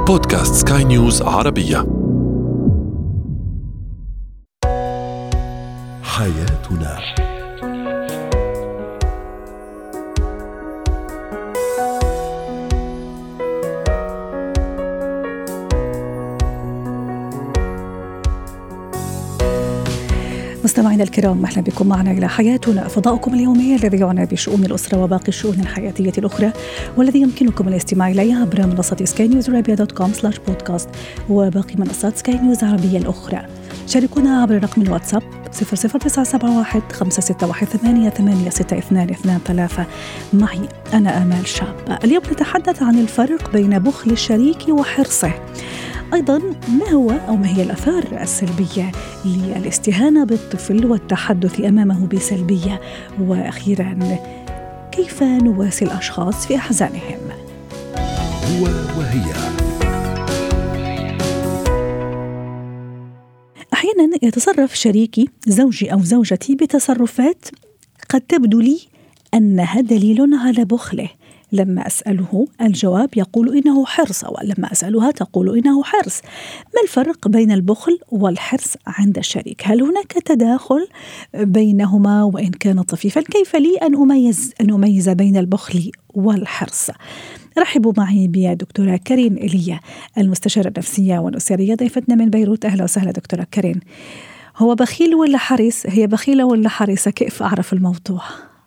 بودكاست سكاي نيوز عربية. حياتنا. مستمعينا الكرام، أهلا بكم معنا إلى حياتنا، فضاؤكم اليومي الذي يعنى بشؤون الأسرة وباقي الشؤون الحياتية الأخرى، والذي يمكنكم الاستماع إليه عبر منصة skynewsarabia.com/podcast وباقي منصات سكاي نيوز عربية الأخرى. شاركونا عبر رقم الواتساب 00971 561 886223. معي أنا آمال شاب. اليوم نتحدث عن الفرق بين بخل الشريك وحرصه، أيضاً ما هو أو ما هي الآثار السلبية للاستهانة بالطفل والتحدث أمامه بسلبية، وأخيراً كيف نواسي الأشخاص في أحزانهم. هو وهي. أحياناً يتصرف شريكي زوجي أو زوجتي بتصرفات قد تبدو لي أنها دليل على بخله. لما أسأله الجواب يقول إنه حرص، أو لما أسألها تقول إنه حرص. ما الفرق بين البخل والحرص عند الشريك؟ هل هناك تداخل بينهما وإن كان طفيفا؟ كيف لي أن أميز بين البخل والحرص؟ رحبوا معي بدكتورة كارين إيليا، المستشارة النفسية والأسرية، ضيفتنا من بيروت. أهلا وسهلا دكتورة كارين. هو بخيل ولا حريص؟ هي بخيلة ولا حريصة؟ كيف أعرف الموضوع؟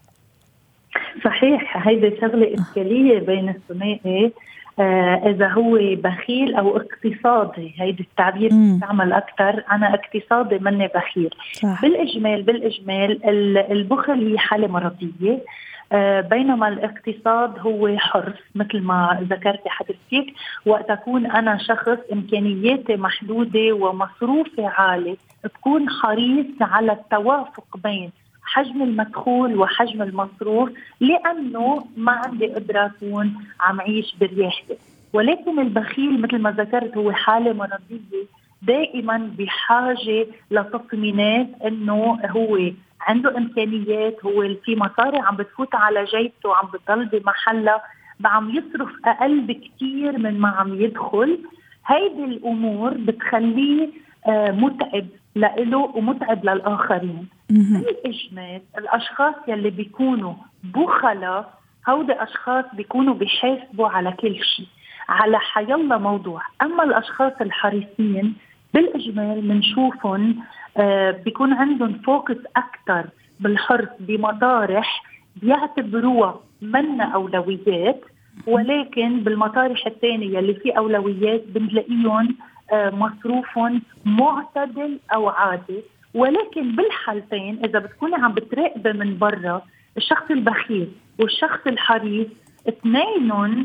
صحيح، هيدي شغلة إشكالية بين الثنائي، إذا هو بخيل أو اقتصادي. هيدي التعبير بيستعمل أكثر، أنا اقتصادي مني بخيل. صح. بالإجمال البخل هي حالة مرضية، بينما الاقتصاد هو حرص. مثل ما ذكرت حضرتك، وقت أكون أنا شخص إمكانياتي محدودة ومصروفي عالي، بكون حريص على التوافق بين حجم المدخول وحجم المصروف، لأنه ما عندي قدرة أكون عم عيش برياحتي. ولكن البخيل مثل ما ذكرت هو حالة مرضية، دائما بحاجة لتطمينات أنه هو عنده إمكانيات، هو في مصاري عم بتفوت على جيبته، عم بتضل بمحلة، عم يصرف أقل بكتير من ما عم يدخل. هيدي الأمور بتخليه متعب لإله ومتعب للآخرين. بالإجمال الأشخاص يلي بيكونوا بخلة، هودي أشخاص بيكونوا بيحاسبوا على كل شيء، على حيالله موضوع. أما الأشخاص الحريصين بالإجمال منشوفهم بيكون عندهم فوكس أكتر بالحرص بمطارح بيعتبروها من أولويات، ولكن بالمطارح الثانية اللي في أولويات بنلاقيهم مصروفهم معتدل أو عادي. ولكن بالحالتين إذا بتكوني عم بتراقبي من برا، الشخص البخيل والشخص الحريص اثنينهم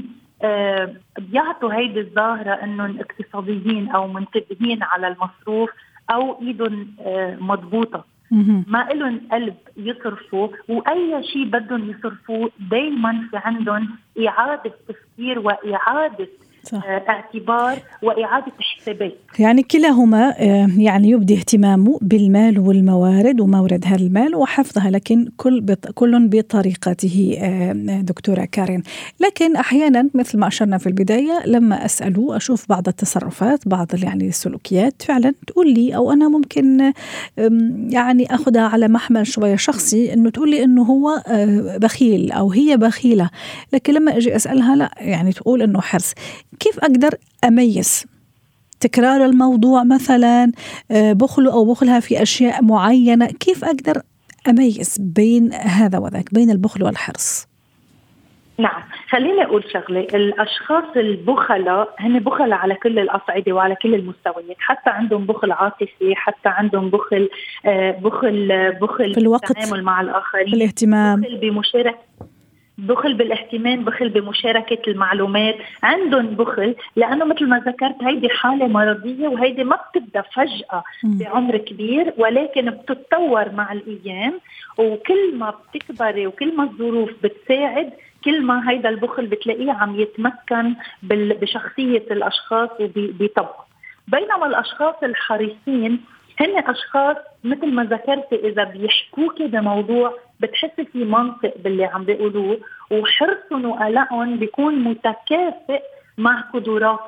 بيعطوا هيدي الظاهرة أنهم اقتصاديين أو منتبهين على المصروف، أو إيدهم مضبوطة، ما إلهم قلب يصرفوا، وأي شيء بدهم يصرفوا دايما في عندهم إعادة تفكير وإعادة اعتبار وإعادة حسابات. يعني كلاهما يعني يبدي اهتمامه بالمال والموارد ومورد هذا المال وحفظها، لكن كل بطريقته دكتورة كارين. لكن أحيانا مثل ما أشرنا في البداية، لما أسأله أشوف بعض التصرفات، بعض يعني السلوكيات فعلا تقول لي، أو أنا ممكن يعني أخذها على محمل شوية شخصي، أنه تقول لي أنه هو بخيل أو هي بخيلة، لكن لما أجي أسألها لا، يعني تقول أنه حرص. كيف أقدر أميز تكرار الموضوع مثلا، بخله أو بخلها في أشياء معينة؟ كيف أقدر أميز بين هذا وذاك، بين البخل والحرص؟ نعم، خليني أقول شغلة. الأشخاص البخلة هن بخلة على كل الأصعدة وعلى كل المستويات، حتى عندهم بخل عاطفي، حتى عندهم بخل في الوقت، التعامل مع الآخرين، في الاهتمام، بخل بالاهتمام، بخل بمشاركة المعلومات. عندهم بخل لأنه مثل ما ذكرت هيدي حالة مرضية، وهيدي ما بتبدأ فجأة بعمر كبير، ولكن بتتطور مع الأيام. وكل ما بتكبري وكل ما الظروف بتساعد، كل ما هيدا البخل بتلاقيه عم يتمكن بشخصية الأشخاص وبطبعه. بينما الأشخاص الحريصين هن أشخاص مثل ما ذكرت، إذا بيحكوك بموضوع بتحس في منطق باللي عم بيقولوه، وحرصهم وقلقهم بيكون متكافئ مع قدراتهم.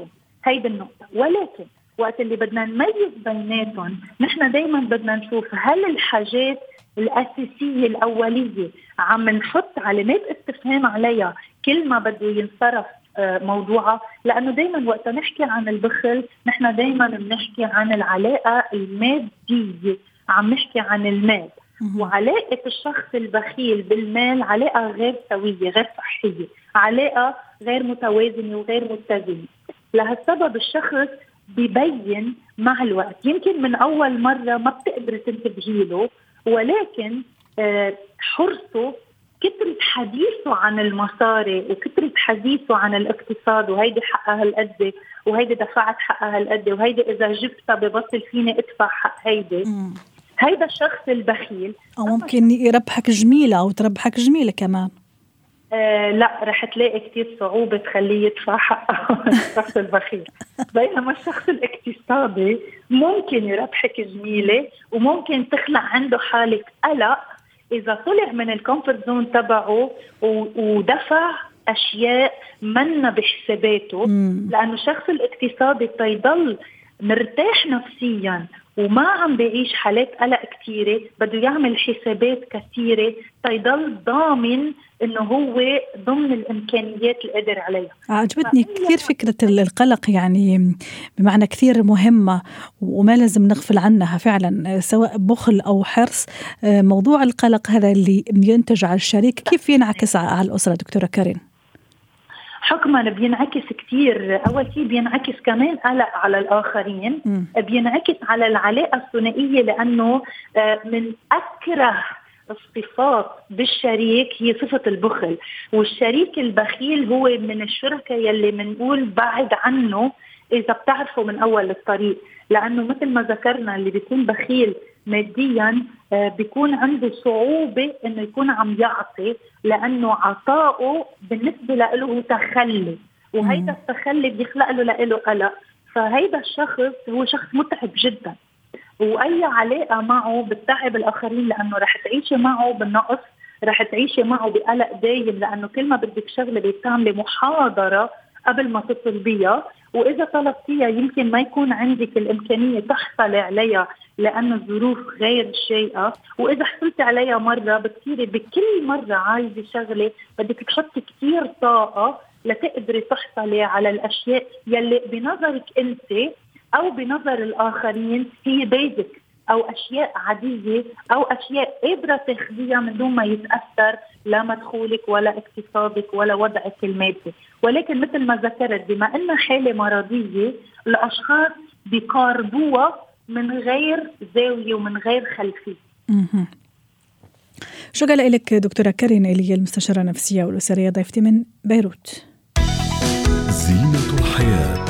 هيدي النقطة. ولكن وقت اللي بدنا نميز بيناتهم نحن دايما بدنا نشوف هل الحاجات الأساسية الأولية عم نحط علامات استفهام عليها كل ما بده ينصرف موضوعها. لأنه دايما وقت نحكي عن البخل نحن دايما بنحكي عن العلاقة المادية، عم نحكي عن المال، وعلاقة الشخص البخيل بالمال علاقة غير سوية، غير صحية، علاقة غير متوازنة وغير متزنة. لهالسبب الشخص بيبين مع الوقت، يمكن من أول مرة ما بتقدر تنتبهي له، ولكن حرصه، كترة حديثه عن المصاري وكترة حديثه عن الاقتصاد، وهيدي حقها هالقد وهيدي دفعت حقها هالقد وهيدي إذا جبتها ببطل فيني ادفع حق هيدا الشخص البخيل. أو ممكن يربحك جميلة أو تربحك جميلة كمان. لا، رح تلاقي كتير صعوبة تخليه يدفع حقه الشخص البخيل. بينما الشخص الاقتصادي ممكن يربحك جميلة وممكن تخلق عنده حالة قلق إذا طلع من الكومفورت زون تبعه ودفع أشياء منا بحساباته. لأنه الشخص الاقتصادي تيضل مرتاح نفسيا وما عم بيعيش حالات قلق كتيرة، بده يعمل حسابات كثيرة تيضل ضامن إنه هو ضمن الإمكانيات اللي قدر عليها. عجبتني كثير فكرة القلق، يعني بمعنى كثير مهمة وما لازم نغفل عنها فعلا، سواء بخل أو حرص. موضوع القلق هذا اللي ينتج على الشريك كيف ينعكس على الأسرة دكتورة كارين؟ حكما بينعكس كتير. أول شيء بينعكس كمان قلق على الآخرين، بينعكس على العلاقة الثنائية، لأنه من أكره الصفات بالشريك هي صفة البخل. والشريك البخيل هو من الشركاء يلي منقول بعد عنه إذا بتعرفوا من أول الطريق، لأنه مثل ما ذكرنا اللي بيكون بخيل ماديا بيكون عنده صعوبة إنه يكون عم يعطي، لأنه عطاؤه بالنسبة له هو تخلي، وهيدا التخلي بيخلق له قلق. فهيدا الشخص هو شخص متعب جدا، وأي علاقة معه بتتعب الآخرين، لأنه رح تعيشي معه بالنقص، رح تعيشي معه بقلق دايم، لأنه كل ما بدك شغلة بتعملي محاضرة قبل ما تتصل بيها، وإذا طلبتيها يمكن ما يكون عندك الإمكانية تحصلي عليها لأن الظروف غير شيئة، وإذا حصلت عليها مرة بتصيري بكل مرة عايزة شغلة بدك تحطي كتير طاقة لتقدري تحصلي على الأشياء يلي بنظرك أنت أو بنظر الآخرين هي بيزك أو أشياء عادية أو أشياء قادرة تاخديها من دون ما يتأثر لا مدخولك ولا اقتصادك ولا وضعك المادي. ولكن مثل ما ذكرت بما أنها حالة مرضية الأشخاص بيقاربوها من غير زاوية ومن غير خلفية. شكرا لك دكتورة كارين إيليا، المستشارة النفسية والأسرية، ضيفتي من بيروت. زينة الحياة.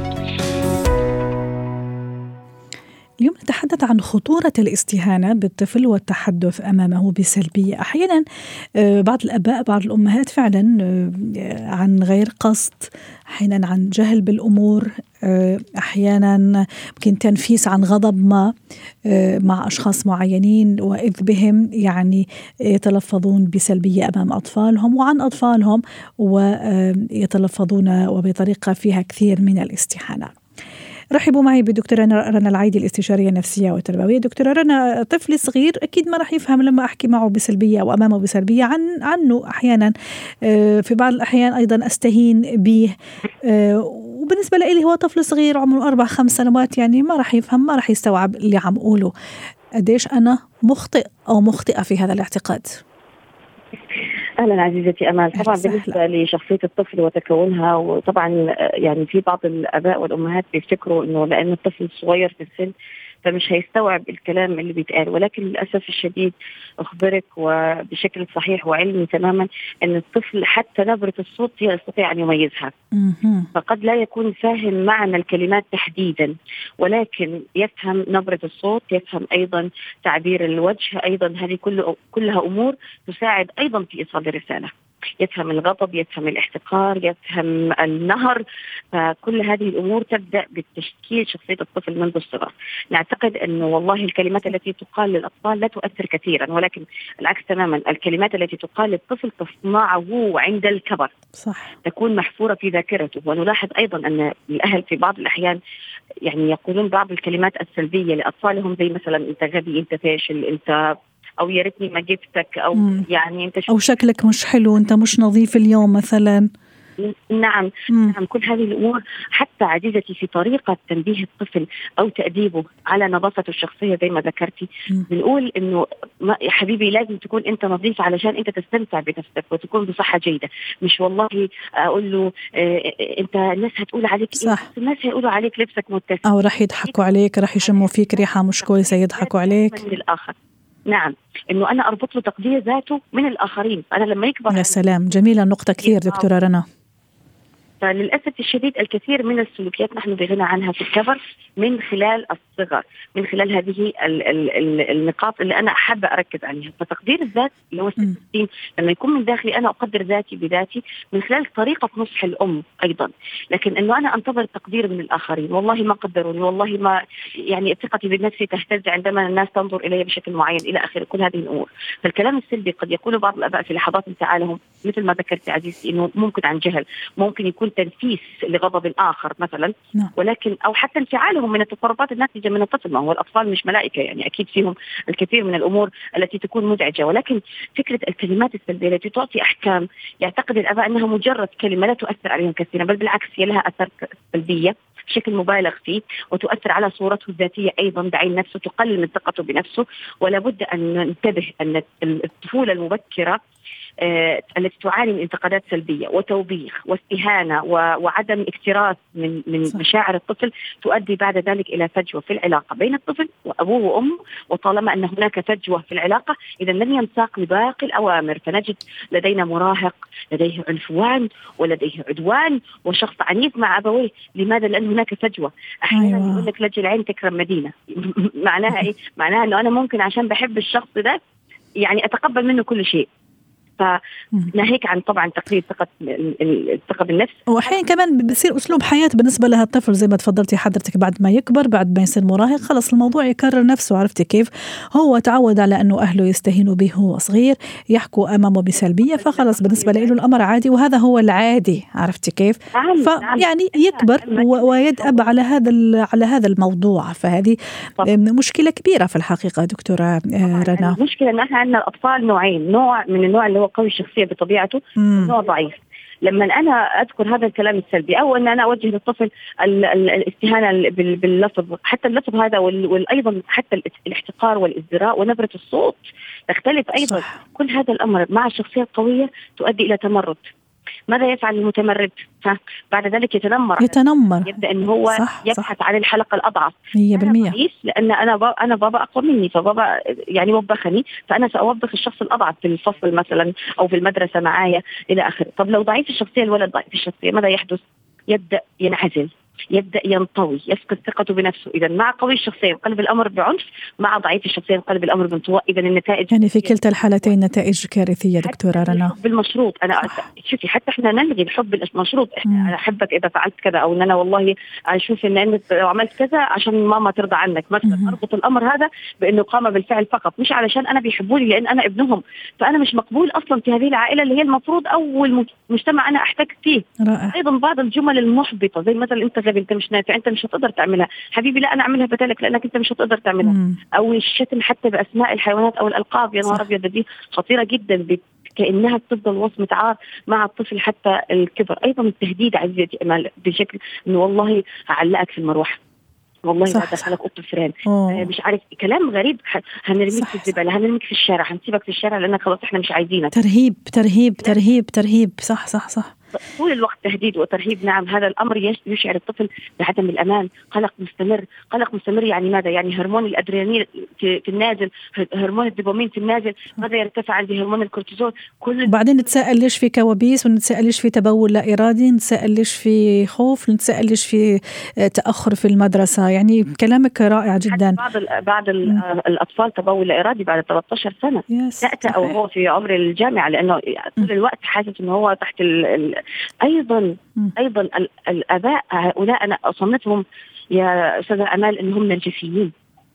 اليوم نتحدث عن خطورة الاستهانة بالطفل والتحدث أمامه بسلبية. أحيانا بعض الآباء بعض الأمهات فعلا عن غير قصد، أحيانا عن جهل بالأمور، أحيانا ممكن تنفيس عن غضب ما مع أشخاص معينين، وإذ بهم يعني يتلفظون بسلبية أمام أطفالهم وعن أطفالهم، ويتلفظون وبطريقة فيها كثير من الاستهانة. رحبوا معي بدكتورة رنا العايدي، الاستشارية النفسية والتربوية. دكتورة رنا، طفل صغير أكيد ما راح يفهم لما أحكي معه بسلبية أو أمامه بسلبية عنه. أحيانا في بعض الأحيان أيضا أستهين به، وبالنسبة لي هو طفل صغير عمره 4-5 سنوات، يعني ما راح يفهم، ما راح يستوعب اللي عم أقوله. قديش أنا مخطئ أو مخطئة في هذا الاعتقاد؟ أهلا عزيزتي أمال. طبعا بالنسبة لشخصية الطفل وتكونها، وطبعا يعني في بعض الآباء والأمهات بيفتكروا إنه لأن الطفل صغير في السن فمش هيستوعب الكلام اللي بيتقال، ولكن للأسف الشديد أخبرك وبشكل صحيح وعلمي تماما أن الطفل حتى نبرة الصوت يستطيع أن يميزها. فقد لا يكون فاهم معنى الكلمات تحديدا، ولكن يفهم نبرة الصوت، يفهم أيضا تعبير الوجه، أيضا هذه كلها أمور تساعد أيضا في إيصال الرسالة. يفهم الغضب، يفهم الاحتقار، يفهم النهر. فكل هذه الأمور تبدأ بتشكيل شخصية الطفل منذ الصغر. نعتقد أنه والله الكلمات التي تقال للأطفال لا تؤثر كثيرا، ولكن العكس تماما، الكلمات التي تقال للطفل تصنعه عند الكبر، صح، تكون محفورة في ذاكرته. ونلاحظ أيضا أن الأهل في بعض الأحيان يعني يقولون بعض الكلمات السلبية لأطفالهم، زي مثلا أنت غبي، أنت فاشل، أنت، أو يا ريتني ما جبتك، أو يعني أنت أو شكلك مش حلو، أنت مش نظيف اليوم مثلا. نعم. نعم، كل هذه الأمور حتى عزيزتي في طريقة تنبيه الطفل أو تأديبه على نظافته الشخصية زي ما ذكرتي. بنقول إنه يا حبيبي لازم تكون أنت نظيف علشان أنت تستمتع بنفسك وتكون بصحة جيدة. مش والله أقول له أنت الناس هتقول عليك صح. إيه؟ الناس هيقولوا عليك لبسك متسم، أو رح يضحكوا عليك، رح يشموا فيك ريحة مش كويسة يضحكوا عليك من الآخر. نعم، إنه أنا أربط له تقدير ذاته من الآخرين. أنا لما يكبر. يا سلام، جميلة النقطة كثير دكتورة رنا. فللأسف الشديد الكثير من السلوكيات نحن بغنى عنها في الكبر من خلال الصغر، من خلال هذه النقاط اللي أنا أحب أركز عليها. فتقدير الذات اللي هو التقدير لما يكون من داخلي أنا أقدر ذاتي بذاتي من خلال طريقة نصح الأم أيضا. لكن إنه أنا أنتظر التقدير من الآخرين، والله ما قدروني، والله ما، يعني ثقتي بنفسي تهتز عندما الناس تنظر إلي بشكل معين إلى آخر كل هذه الأمور. فالكلام السلبي قد يقول بعض الآباء في لحظات انفعالهم مثل ما ذكرت عزيزتي، إنه ممكن عن جهل، ممكن يكون تنفيس لغضب الآخر مثلا، ولكن أو حتى انفعالهم من التصرفات الناتجة من الطفل. ما هو الأطفال مش ملائكة، يعني أكيد فيهم الكثير من الأمور التي تكون مزعجة. ولكن فكرة الكلمات السلبية التي تعطي أحكام يعتقد الآباء أنها مجرد كلمة لا تؤثر عليهم كثيرا، بل بالعكس هي لها أثر سلبية بشكل مبالغ فيه، وتؤثر على صورته الذاتية أيضا بعين نفسه، تقلل من ثقته بنفسه. ولا بد أن ننتبه أن الطفولة المبكرة التي تعاني من انتقادات سلبية وتوبيخ واستهانة وعدم اكتراث من مشاعر الطفل تؤدي بعد ذلك إلى فجوة في العلاقة بين الطفل وأبوه وأمه. وطالما أن هناك فجوة في العلاقة إذا لن ينساق لباقي الأوامر، فنجد لدينا مراهق لديه عنفوان ولديه عدوان وشخص عنيف مع أبويه. لماذا؟ لأن هناك فجوة. أحيانا يقول لك لجي العين تكرم مدينة. معناها إيه؟ معناها أنه أنا ممكن عشان بحب الشخص ده يعني أتقبل منه كل شيء. فناهيك عن طبعا تقليل الثقة بالنفس. وأحيانا كمان بيصير أسلوب حياة بالنسبة لها الطفل زي ما تفضلتي حضرتك، بعد ما يكبر، بعد ما يصير مراهق، خلص الموضوع يكرر نفسه. عرفتي كيف؟ هو تعود على أنه أهله يستهينوا به وهو صغير، يحكوا أمامه بسلبية، فخلص بالنسبة له الأمر عادي وهذا هو العادي. عرفتي كيف؟ فيعني يكبر ويدأب على هذا الموضوع. فهذه مشكلة كبيرة في الحقيقة دكتورة رنا. المشكلة أن احنا عندنا الأطفال نوعين، نوع من النوع اللي هو قوي الشخصية بطبيعته، نوع ضعيف. لما أنا أذكر هذا الكلام السلبي أو أن أنا أوجه للطفل الاستهانة باللفظ، حتى اللفظ هذا وأيضا حتى الاحتقار والازدراء ونبرة الصوت تختلف أيضا. صح. كل هذا الأمر مع الشخصية القوية تؤدي إلى تمرد. ماذا يفعل المتمرد؟ بعد ذلك يتنمر، يبدأ أن هو يبحث عن الحلقة الأضعف. 100%. لأن أنا بابا أقوى مني، فبابا يعني وبخني، فأنا سأوبخ الشخص الأضعف في الفصل مثلا أو في المدرسة معايا إلى آخره. طب لو ضعيف الشخصية، الولد ضعيف الشخصية، ماذا يحدث؟ يبدأ ينعزل، يبدأ ينطوي، يفقد ثقته بنفسه. إذا مع قوي الشخصية ينقلب الأمر بعنف، مع ضعيف الشخصية ينقلب الأمر بانطواء. إذا النتائج يعني في كلتا الحالتين نتائج كارثية دكتورة رنا. الحب المشروط، أنا شوفي حتى إحنا نلغي الحب المشروط. أنا أحبك إذا فعلت كذا، أو إن أنا والله أشوف إن أنت لو عملت كذا عشان ماما ترضى عنك مثلا. أربط الأمر هذا بأنه قام بالفعل فقط، مش علشان أنا بيحبوني لأن أنا ابنهم. فأنا مش مقبول أصلا في هذه العائلة اللي هي المفروض أول مجتمع أنا أحتك فيه. رائع. أيضا بعض الجمل المحبطة زي مثلا أنت غبي، أنت مش نافع، أنت مش هتقدر تعملها. حبيبي لا، أنا أعملها بدالك لأنك أنت مش هتقدر تعملها. أو الشتم حتى بأسماء الحيوانات أو الألقاب، يا نهار أبيض، دي خطيرة جدا، كأنها تفضل وصمة عار مع الطفل حتى الكبر. أيضا التهديد عزيزتي أمال بشكل إنه والله هعلقك في المروحة، والله لا دخلك أوضة فران، مش عارف كلام غريب، هنرميك في الزبالة، هنرميك في الشارع، هنسيبك في الشارع لأنك خلاص إحنا مش عايزينك. ترهيب ترهيب ترهيب ترهيب. صح صح صح. طول الوقت تهديد وترهيب. نعم هذا الأمر يشعر الطفل بعدم الأمان، قلق مستمر. يعني ماذا؟ يعني هرمون الأدرينالين في النازل، هرمون الدوبامين في النازل، ماذا يرتفع عندي هرمون الكورتيزول. وبعدين نتساءل ليش في كوابيس، ونتساءل ليش في تبول لا إرادي، نتساءل ليش في خوف، نتساءل ليش في تأخر في المدرسة. يعني كلامك رائع جدا. بعض الأطفال تبول لا إرادي بعد 13 سنة تأتى أو هو في عمر الجامعة، لأنه طول الوقت حاسس إنه هو تحت أيضا الآباء هؤلاء أنا أصنفهم يا أستاذة أمال إنهم نرجسيين.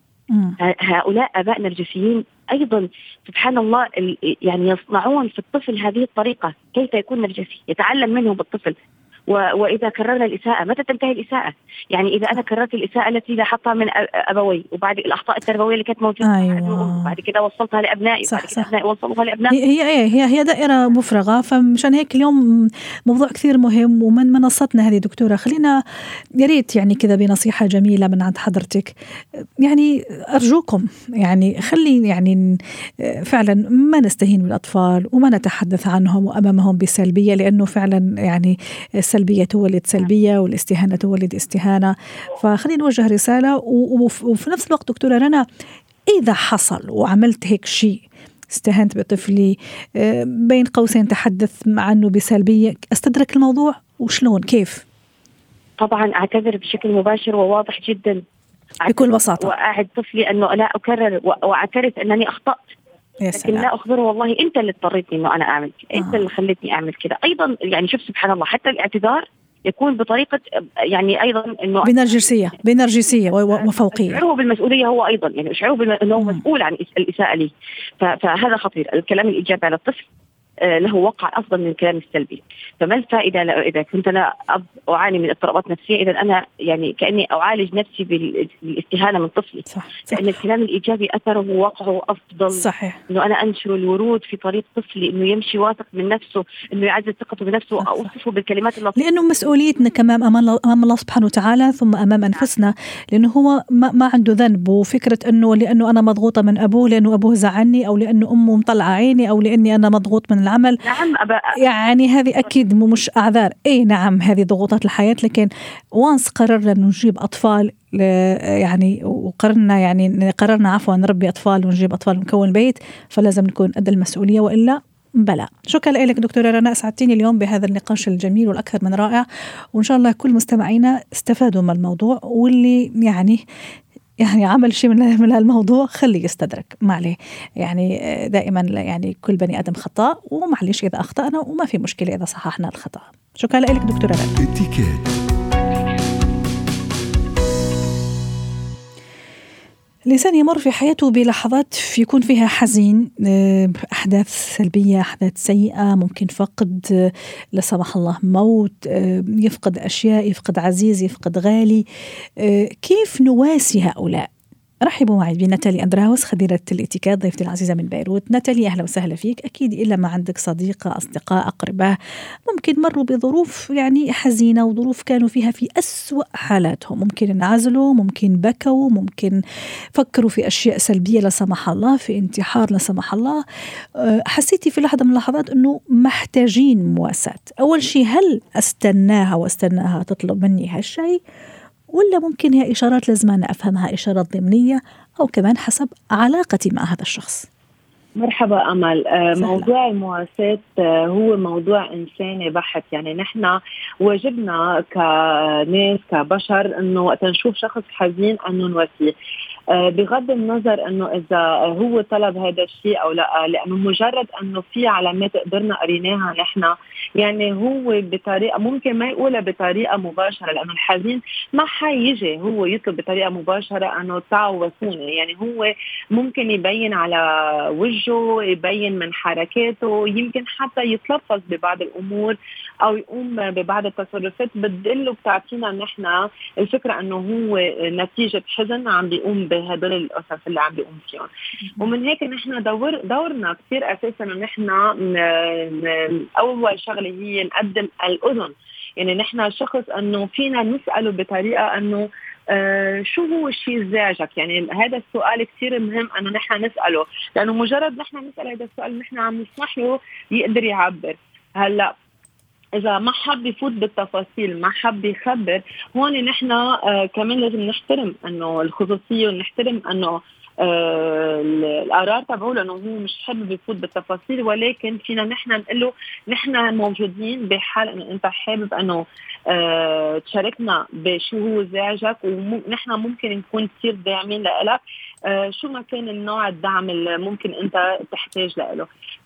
هؤلاء آباء نرجسيين أيضا، سبحان الله. يعني يصنعون في الطفل هذه الطريقة كيف يكون نرجسي، يتعلم منه بالطفل. وإذا كررنا الإساءة متى تنتهي الإساءة؟ يعني إذا أنا كررت الإساءة التي لاحظتها من أبوي، وبعد الأخطاء التربوية اللي كانت موجودة وبعد كده وصلتها لأبنائي، وبعد كده أبنائي وصلوها لأبنائي، هي دائرة مفرغة. فمشان هيك اليوم موضوع كثير مهم، ومن منصتنا هذه دكتورة خلينا يا ريت يعني كذا بنصيحة جميلة من عند حضرتك. يعني أرجوكم يعني خلي يعني فعلا ما نستهين بالأطفال وما نتحدث عنهم وأمامهم بسلبية، لأنه فعلا يعني السلبية تولد سلبية والاستهانة تولد استهانة. فخلينا نوجه رسالة. وفي نفس الوقت دكتورة رنا، إذا حصل وعملت هيك شيء، استهنت بطفلي بين قوسين تحدث عنه بسلبية، استدرك الموضوع وشلون كيف؟ طبعا أعتذر بشكل مباشر وواضح جدا بكل بساطة، وأعد طفلي أنه لا أكرر، وأعترف أنني أخطأت، لكن لا أخبره والله أنت اللي اضطريتني أنه أنا أعمل كده، أنت اللي خلتني أعمل كده. أيضا يعني شوف سبحان الله، حتى الاعتذار يكون بطريقة يعني أيضا أنه بنرجسية وفوقية، أشعره بالمسؤولية هو أيضا، يعني أشعره أنه مسؤول عن الإساءة لي. فهذا خطير. الكلام الإيجابي على الطفل له وقع أفضل من الكلام السلبي. فما الفائدة إذا كنت أنا أعاني من اضطرابات نفسية، إذا أنا يعني كأني أعالج نفسي بالاستهانة من طفلي. صح. لأن الكلام الإيجابي أثره ووقعه أفضل. صحيح. إنه أنا أنشر الورود في طريق طفلي، إنه يمشي واثق من نفسه، إنه يعزز ثقته بنفسه، وأوصفه بالكلمات اللطيفة، لأنه مسؤوليتنا كمان أمام الله سبحانه وتعالى، ثم أمام أنفسنا، لأنه هو ما عنده ذنب. وفكرة إنه لأنه أنا مضغوطة من أبوه، لأنه أبوه زعني، أو لأنه أمه مطلعة عيني، أو لأني أنا مضغوط من العمل. نعم يعني هذه أكيد مش أعذار. نعم هذه ضغوطات الحياة، لكن وانس قررنا نجيب أطفال يعني قررنا عفوا نربي أطفال ونجيب أطفال ونكون بيت، فلازم نكون قد المسؤولية، وإلا بلا. شكرا لك دكتورة رنا، أسعدتيني اليوم بهذا النقاش الجميل والأكثر من رائع، وإن شاء الله كل مستمعينا استفادوا من الموضوع، واللي يعني عمل شيء من هالموضوع خليه يستدرك. معليه يعني دائما يعني كل بني آدم خطأ، ومعليش إذا أخطأنا، وما في مشكلة إذا صححنا الخطأ. شكرا لك دكتورة رنا. الإنسان يمر في حياته بلحظات يكون فيها حزين، أحداث سلبية، أحداث سيئة، ممكن فقد لا سمح الله، موت، يفقد أشياء، يفقد عزيز، يفقد غالي. كيف نواسي هؤلاء؟ رحبوا معي بناتالي أندراوس، خبيرة الاتيكيت، ضيفتي العزيزة من بيروت. ناتالي أهلا وسهلا فيك. أكيد إلا ما عندك صديقة، أصدقاء، أقرباء ممكن مروا بظروف يعني حزينة، وظروف كانوا فيها في أسوأ حالاتهم، ممكن انعزلوا، ممكن بكوا، ممكن فكروا في أشياء سلبية لا سمح الله، في انتحار لا سمح الله. حسيتي في لحظة من اللحظات أنه محتاجين مواساة. أول شيء، هل استناها تطلب مني هالشيء، ولا ممكن هي إشارات لازم أنا أفهمها، إشارات ضمنية، أو كمان حسب علاقتي مع هذا الشخص؟ مرحبا أمل. موضوع المواساة هو موضوع إنساني بحت. يعني نحن واجبنا كناس كبشر أنه وقت نشوف شخص حزين أنه نواسيه، بغض النظر أنه إذا هو طلب هذا الشيء أو لا، لأنه مجرد أنه في علامات قدرنا قريناها نحن، يعني هو بطريقة ممكن ما يقولها بطريقة مباشرة، لأنه الحزين ما حيجي هو يطلب بطريقة مباشرة أنه تعوسوني. يعني هو ممكن يبين على وجهه، يبين من حركاته، يمكن حتى يتلفظ ببعض الأمور أو يقوم ببعض التصرفات بتدل بتعطينا نحن الفكرة أنه هو نتيجة حزن عم بيقوم بهدول القصص اللي عم بيقوم فيهم. ومن هيك نحن دورنا كثير أساساً أنه نحن أول شغلة هي نقدم الأذن. يعني نحن شخص أنه فينا نسأله بطريقة أنه شو هو الشيء الزعجك. يعني هذا السؤال كثير مهم أنه نحن نسأله، لأنه مجرد نحن نسأل هذا السؤال نحن عم نسمح له يقدر يعبر. هلأ إذا ما حب يفوت بالتفاصيل، ما حب يخبر، هون نحن كمان لازم نحترم إنه الخصوصية، ونحترم إنه القرار تبعه، لأنه هو مش حابب يفوت بالتفاصيل. ولكن فينا نحن نقول له نحن موجودين بحال إنه أنت حابب إنه تشاركنا بشو هو زعجك، ونحن ممكن نكون كتير داعمين لإلك شو ما كان النوع الدعم اللي ممكن أنت تحتاج له.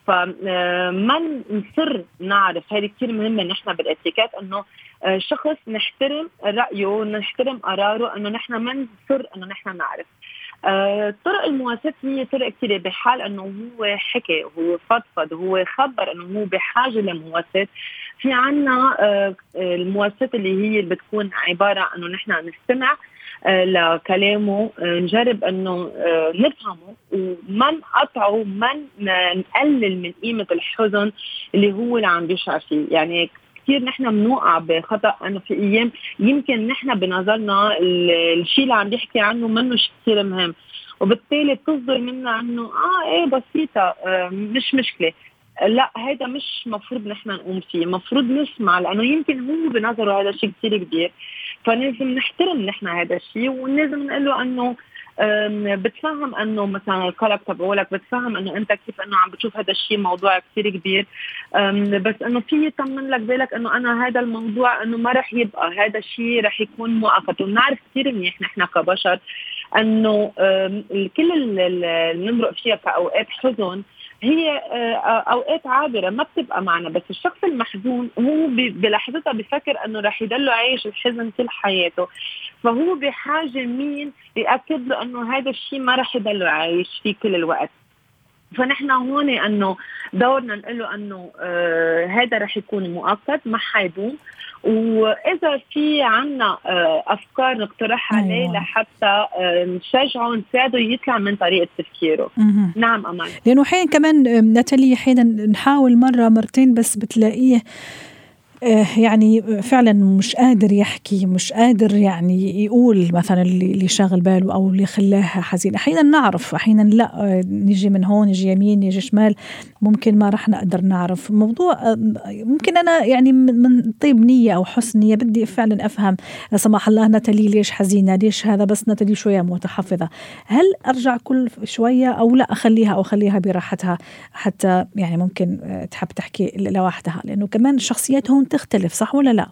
فما نصر نعرف، هذه كتير مهمة نحن بالاتيكيت، إنه شخص نحترم رأيه ونحترم قراره، إنه نحن ما نصر إنه نحن نعرف. طرق المواساة هي طرق كتير، بحال انه هو حكي، هو فضفض، هو خبر انه هو بحاجة لمواساة. في عنا المواساة اللي هي بتكون عبارة انه نحن نستمع لكلامه، نجرب انه نفهمه وما نقطعه، وما نقلل من قيمة الحزن اللي هو اللي عم بيشعر فيه. يعني كثير نحن بنوقع بخطأ انه في ايام يمكن نحن بنظرنا الشيء اللي عم بيحكي عنه منه شيء كثير مهم، وبالتالي بتصدر منا انه ايه بسيطة، مش مشكلة. لا، هذا مش مفروض نحن نقوم فيه، مفروض نسمع، لانه يمكن هو بنظره هذا شيء كثير كبير. فلازم نحترم نحن هذا الشيء، ولازم نقول له انه بتفهم انه مثلا القلق تبعولك، بتفهم انه انت كيف انه عم بتشوف هذا الشيء موضوع كثير كبير، بس انه في يطمن لك بالك انه انا هذا الموضوع انه ما رح يبقى، هذا الشيء رح يكون مؤقت. ونعرف كثير منيح نحن كبشر انه كل اللي نمرق فيها كاوقات حزن هي اوقات عابره ما بتبقى معنا. بس الشخص المحزون هو بلحظتها بفكر انه رح يضل عايش الحزن كل حياته، فهو بحاجه مين ياكد له انه هذا الشيء ما رح يضل عايش فيه كل الوقت. فنحن هون انه دورنا نقول له انه هذا رح يكون مؤقت، ما حيدوم، واذا في عنا افكار نقترحها عليه لحتى نشجعه نساعده يطلع من طريقه تفكيره. نعم أمان. لانه حين كمان ناتالي حين نحاول مره مرتين بس بتلاقيه يعني فعلا مش قادر يحكي، مش قادر يعني يقول مثلا اللي شاغل باله أو اللي خلاه حزين. أحيانا نعرف، أحيانا لا، نجي من هون نجي يمين نجي شمال، ممكن ما رح نقدر نعرف موضوع. ممكن أنا يعني من طيب نية أو حسن نية بدي فعلا أفهم لا سمح الله ناتالي ليش حزينة، ليش هذا، بس ناتالي شوية متحفظة، هل أرجع كل شوية أو لا أخليها براحتها حتى يعني ممكن تحب تحكي لوحدها، لأنه كمان الشخصيات تختلف، صح ولا لا؟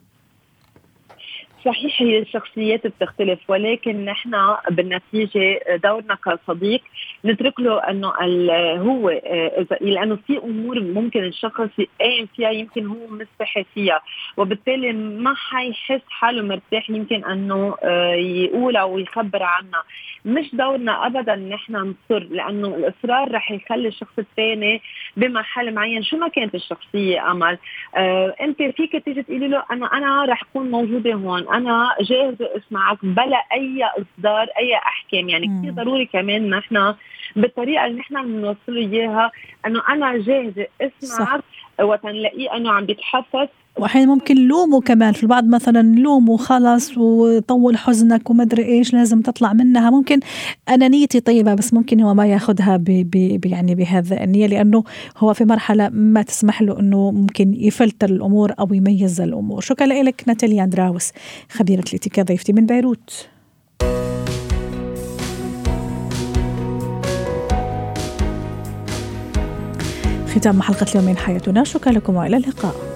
صحيح، هي الشخصيات بتختلف، ولكن نحن بالنتيجة دورنا كصديق نترك له أنه هو لأنه في أمور ممكن الشخص يقايم فيها يمكن هو مستحي فيها، وبالتالي ما حيحس حاله مرتاح يمكن أنه يقول أو يخبر عنها. مش دورنا أبدا نحن نصر، لأنه الإصرار رح يخلي الشخص الثاني بمحل معين شو ما كانت الشخصية. أمل أنت فيك تيجي تقولي له أنا رح أكون موجودة هون، أنا جاهزة أسمعك بلا أي إصدار أي أحكام. يعني كتير ضروري كمان نحن بالطريقة اللي نحن بنوصله إياها أنه أنا جاهزة أسمعك، وتنلاقيه أنه عم بيتحفظ. وأحيانا ممكن لومه كمان، في البعض مثلا لومه خلص وطول حزنك ومدري إيش لازم تطلع منها. ممكن أنا نيتي طيبة بس ممكن هو ما ياخدها يعني بهذا النية، لأنه هو في مرحلة ما تسمح له أنه ممكن يفلتر الأمور أو يميز الأمور. شكرا لك ناتالي أندراوس، خبيرة الاتيكيت، ضيفتي من بيروت. ختام حلقة اليوم من حياتنا، شكرا لكم وإلى اللقاء.